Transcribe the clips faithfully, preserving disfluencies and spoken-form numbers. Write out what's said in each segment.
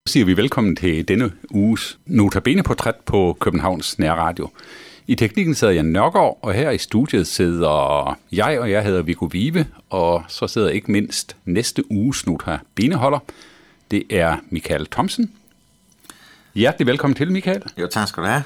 Siger vi velkommen til denne uges Notabene-portræt på Københavns Nærradio. I teknikken sidder Jan Nørgaard, og her i studiet sidder jeg, og jeg hedder Viggo Vive, og så sidder ikke mindst næste uges Notabene-holder. Det er Michael Thomsen. Hjertelig velkommen til, Michael. Jo, tak skal du have.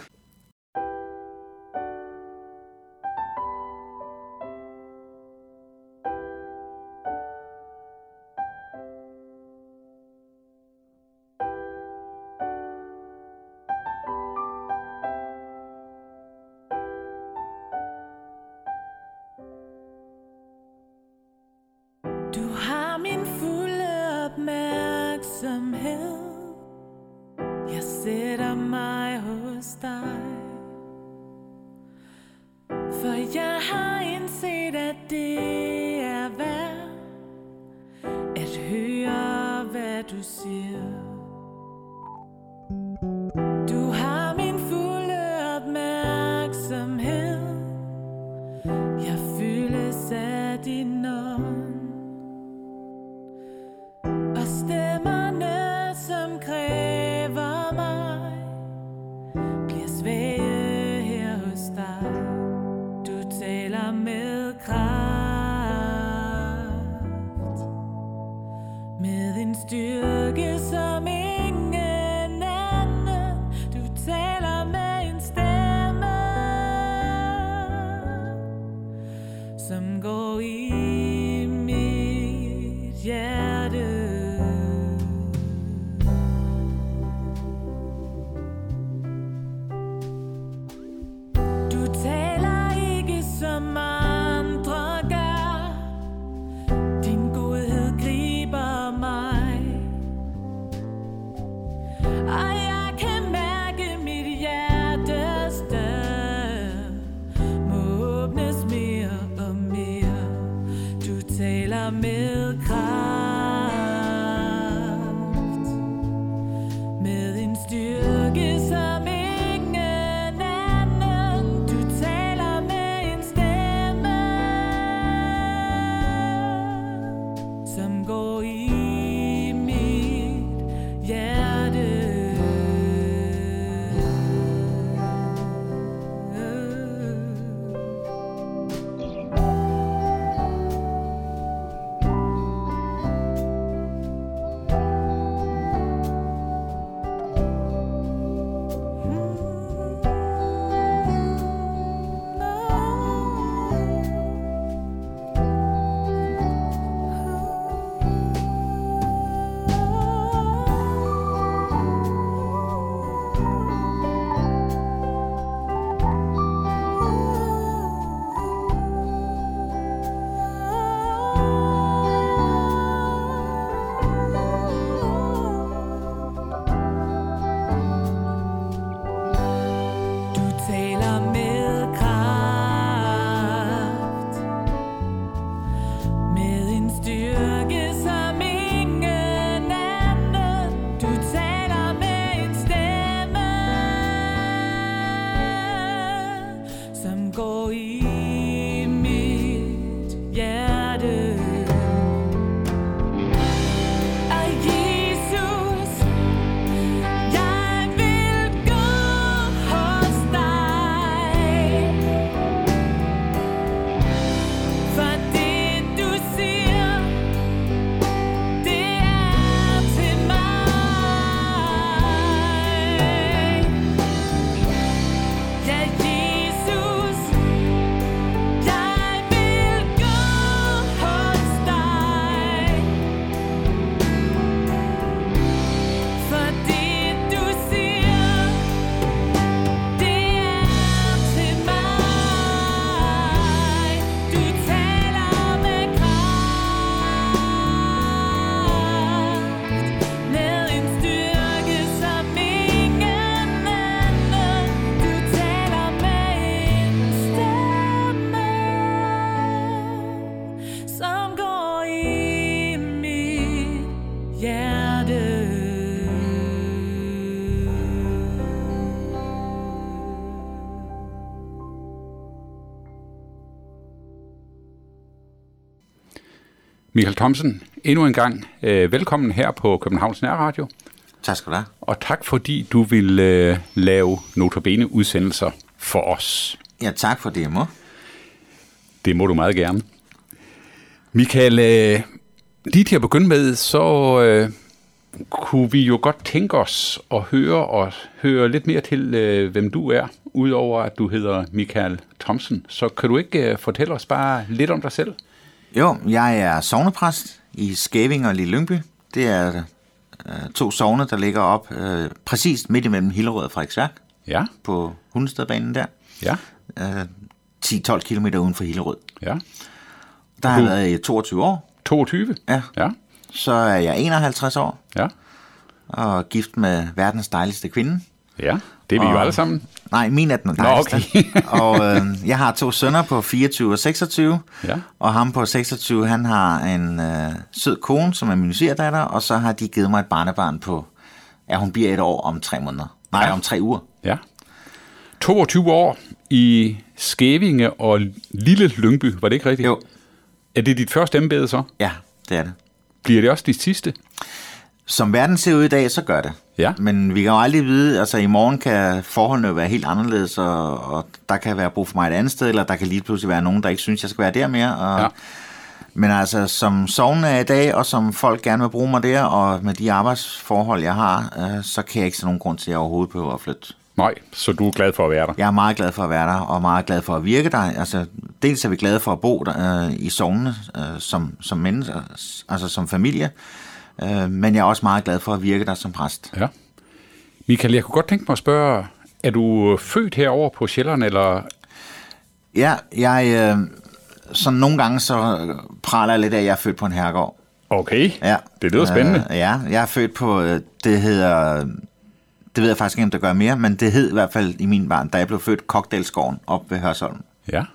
Michael Thomsen, endnu en gang øh, velkommen her på Københavns Nærradio. Tak skal du have. Og tak fordi du vil øh, lave Notabene udsendelser for os. Ja, tak for det, jeg må. Det må du meget gerne. Michael, øh, lige til at begynde med, så øh, kunne vi jo godt tænke os at høre og høre lidt mere til, øh, hvem du er, udover at du hedder Michael Thomsen. Så kan du ikke øh, fortælle os bare lidt om dig selv? Jo, jeg er sognepræst i Skævinge og Lille Lyngby. Det er øh, to sogne, der ligger op øh, præcis midt imellem Hillerød og Frederiksværk. Ja. På Hundestedbanen der. Ja. Øh, ti til tolv kilometer uden for Hillerød. Ja. Der har jeg været i toogtyve år. toogtyve? Ja. Ja. Så er jeg enoghalvtreds år. Ja. Og gift med verdens dejligste kvinde. Ja, det er vi og, jo alle sammen. Nej, min er den dejligste. Nå, okay. Og øh, jeg har to sønner på fireogtyve og seksogtyve. Ja. Og ham på seksogtyve, han har en øh, sød kone, som er min svigerdatter. Og så har de givet mig et barnebarn på, ja, hun bliver et år om tre måneder. Nej, ja. om tre uger. Ja. toogtyve år i Skævinge og Lille Lyngby, var det ikke rigtigt? Jo. Er det dit første embede så? Ja, det er det. Bliver det også dit sidste? Som verden ser ud i dag, så gør det. Ja. Men vi kan jo aldrig vide, altså i morgen kan forholdene være helt anderledes, og, og der kan være brug for mig et andet sted, eller der kan lige pludselig være nogen, der ikke synes, jeg skal være der mere. Og, ja. Men altså, som sovnen er i dag, og som folk gerne vil bruge mig der, og med de arbejdsforhold, jeg har, øh, så kan jeg ikke se nogen grund til, at jeg overhovedet behøver at flytte. Nej, så du er glad for at være der? Jeg er meget glad for at være der, og meget glad for at virke der. Altså, dels er vi glade for at bo der, øh, i sognene øh, som, som mennesker, altså som familie, øh, men jeg er også meget glad for at virke der som præst. Ja. Michael, jeg kunne godt tænke mig at spørge, er du født herovre på Sjælland, eller? Ja, jeg, øh, sådan nogle gange så praler jeg lidt af, at jeg er født på en herregård. Okay, ja. Det lyder spændende. Øh, ja, jeg er født på, det hedder... Det ved jeg faktisk ikke, om det gør mere, men det hed i hvert fald i min barn, da jeg blev født, Kokdalsgården op ved Hørsholm. Ja.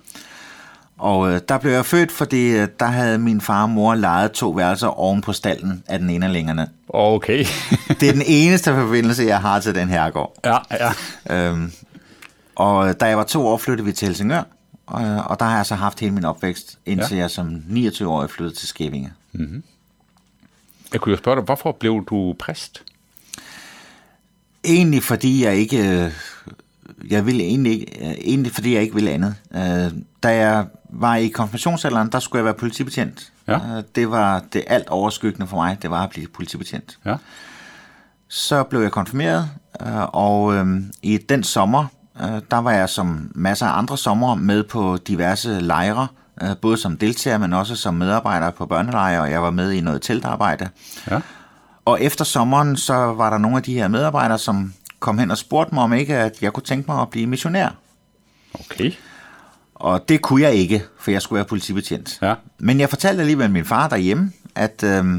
Og øh, der blev jeg født, fordi øh, der havde min far og mor lejet to værelser oven på stallen af den ene af længerne. Okay. Det er den eneste forbindelse, jeg har til den herregård. Ja, ja. Øhm, og da jeg var to år, flyttede vi til Helsingør, og, og der har jeg så haft hele min opvækst, indtil ja. jeg som niogtyve-årig flyttede til Skævinge. Mm-hmm. Jeg kunne jo spørge dig, hvorfor blev du præst? Egentlig fordi jeg ikke, jeg ville egentlig ikke, egentlig fordi jeg ikke ville andet. Da jeg var i konfirmationsalderen, der skulle jeg være politibetjent. Ja. Det var det alt overskyggende for mig, det var at blive politibetjent. Ja. Så blev jeg konfirmeret, og i den sommer, der var jeg som masser af andre sommer med på diverse lejre, både som deltager, men også som medarbejder på børnelejre, og jeg var med i noget teltarbejde. Ja. Og efter sommeren, så var der nogle af de her medarbejdere, som kom hen og spurgte mig om ikke, at jeg kunne tænke mig at blive missionær. Okay. Og det kunne jeg ikke, for jeg skulle være politibetjent. Ja. Men jeg fortalte alligevel min far derhjemme, at, øh,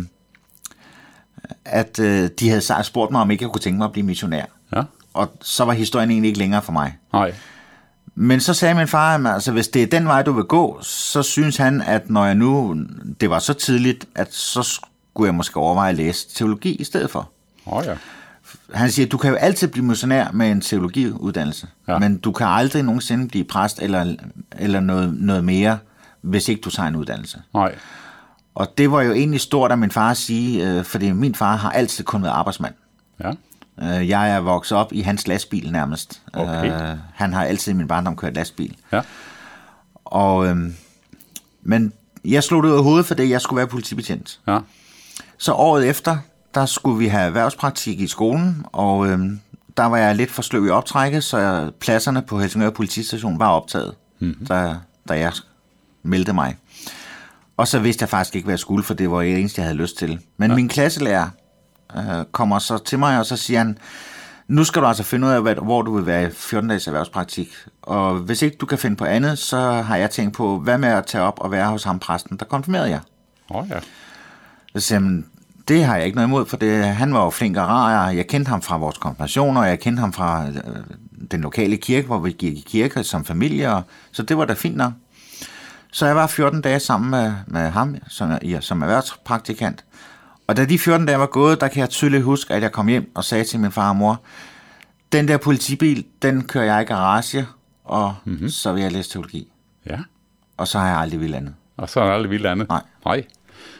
at øh, de havde spurgt mig, om ikke jeg kunne tænke mig at blive missionær. Ja. Og så var historien egentlig ikke længere for mig. Nej. Men så sagde min far, at altså, hvis det er den vej, du vil gå, så synes han, at når jeg nu, det var så tidligt, at så skulle jeg måske overveje at læse teologi i stedet for. Oh, ja. Han siger, at du kan jo altid blive missionær med en teologiuddannelse, ja. men du kan aldrig nogensinde blive præst eller, eller noget, noget mere, hvis ikke du tager en uddannelse. Nej. Og det var jo egentlig stort af min far at sige, øh, fordi min far har altid kun været arbejdsmand. Ja. Øh, jeg er vokset op i hans lastbil nærmest. Okay. Øh, han har altid i min barndom kørt lastbil. Ja. Og, øh, men jeg slog det ud af hovedet, fordi jeg skulle være politibetjent. Ja. Så året efter, der skulle vi have erhvervspraktik i skolen, og øh, der var jeg lidt for sløv i optrækket, så pladserne på Helsingør politistation var optaget, mm-hmm. da, da jeg meldte mig. Og så vidste jeg faktisk ikke, hvad jeg skulle, for det var det eneste, jeg havde lyst til. Men ja. min klasselærer øh, kommer så til mig, og så siger han, nu skal du altså finde ud af, hvad, hvor du vil være i fjorten dages erhvervspraktik. Og hvis ikke du kan finde på andet, så har jeg tænkt på, hvad med at tage op og være hos ham præsten, der konfirmerede jeg. Oh, ja. Så siger han, det har jeg ikke noget imod, for det, han var jo flink og rar. Jeg kendte ham fra vores konfirmationer, og jeg kendte ham fra øh, den lokale kirke, hvor vi gik i kirke som familie, og, så det var da fint nok. Så jeg var fjorten dage sammen med, med ham som, ja, som erhvervspraktikant. Og da de fjorten dage var gået, der kan jeg tydeligt huske, at jeg kom hjem og sagde til min far og mor, den der politibil, den kører jeg i garage, og mm-hmm. så vil jeg læse teologi. Ja. Og så har jeg aldrig vildt andet. Og så har jeg aldrig vildt andet? Nej. Nej.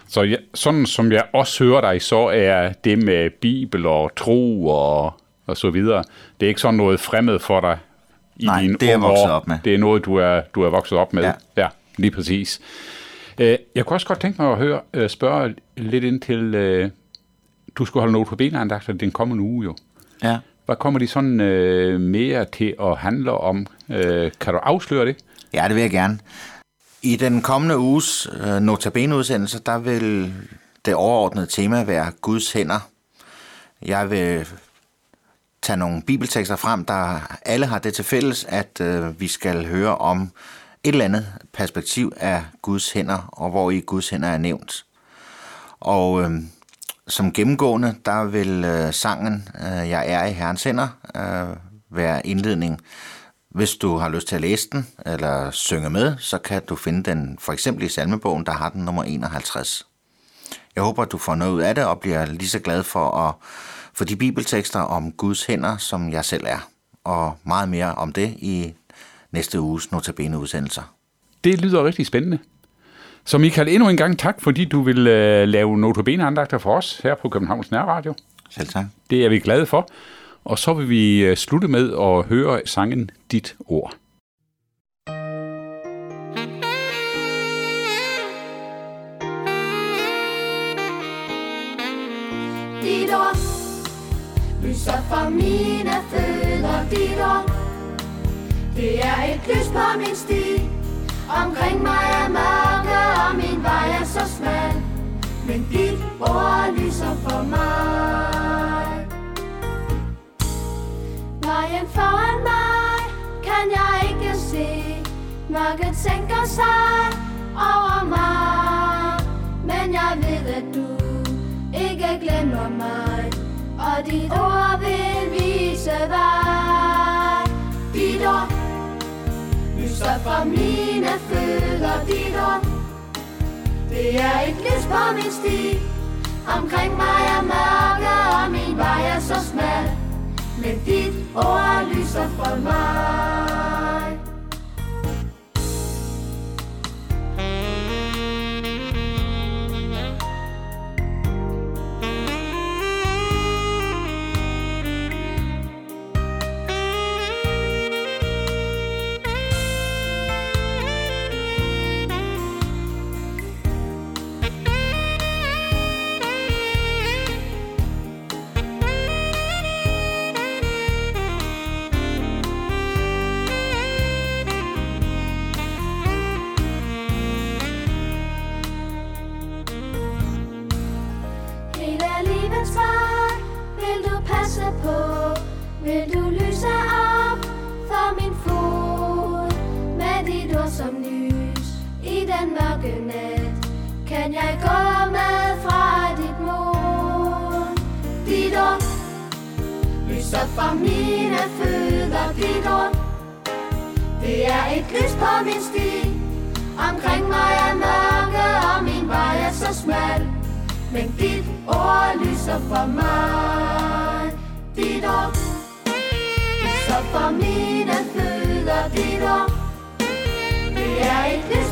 Så jeg, sådan som jeg også hører dig, så er det med Bibel og tro og, og så videre, det er ikke sådan noget fremmed for dig i Nej, dine det er jeg unge vokset år. op med. Det er noget, du er, du er vokset op med. Ja. Ja, lige præcis. Jeg kunne også godt tænke mig at høre, spørge lidt ind til, du skulle holde notabene-andagter den kommende uge jo. Ja. Hvad kommer de sådan mere til at handle om? Kan du afsløre det? Ja, det vil jeg gerne. I den kommende uges notabene-udsendelse, der vil det overordnede tema være Guds hænder. Jeg vil tage nogle bibeltekster frem, der alle har det til fælles, at vi skal høre om et eller andet perspektiv af Guds hænder, og hvor i Guds hænder er nævnt. Og øh, som gennemgående, der vil øh, sangen øh, Jeg er i Herrens hænder øh, være indledning. Hvis du har lyst til at læse den eller synge med, så kan du finde den for eksempel i salmebogen, der har den nummer enoghalvtreds. Jeg håber, at du får noget ud af det og bliver lige så glad for, at, for de bibeltekster om Guds hænder, som jeg selv er. Og meget mere om det i næste uges notabene-udsendelser. Det lyder rigtig spændende. Så Michael, endnu en gang tak, fordi du vil uh, lave notabene-andagter for os her på Københavns Nærradio. Selv tak. Det er vi glade for. Og så vil vi uh, slutte med at høre sangen Dit Ord. Dit ord lyser for mine fødder, dit ord. Det er et lys på min sti. Omkring mig er mørke, og min vej er så smal. Men dit ord lyser for mig. Vejen foran mig kan jeg ikke se. Mørket sænker sig over mig. Men jeg ved, at du ikke glemmer mig. Og dit ord vil vise vej. Dit ord lyser for mine fødder, dit ord. Det er et lys på min sti. Omkring mig er mørke, og min vej er så smal. Men dit ord lyser for mig. Vil du lyse op for min fod med dit ord som lys i den mørke nat? Kan jeg gå med fra dit mund? Dit ord lyser for mine fødder, dit ord. Det er et lys på min sti. Omkring mig er mørke, og min vej er så smal. Men dit ord lyser for mig. Dit ord lyser for mine fødder, dit ord. Det er et lys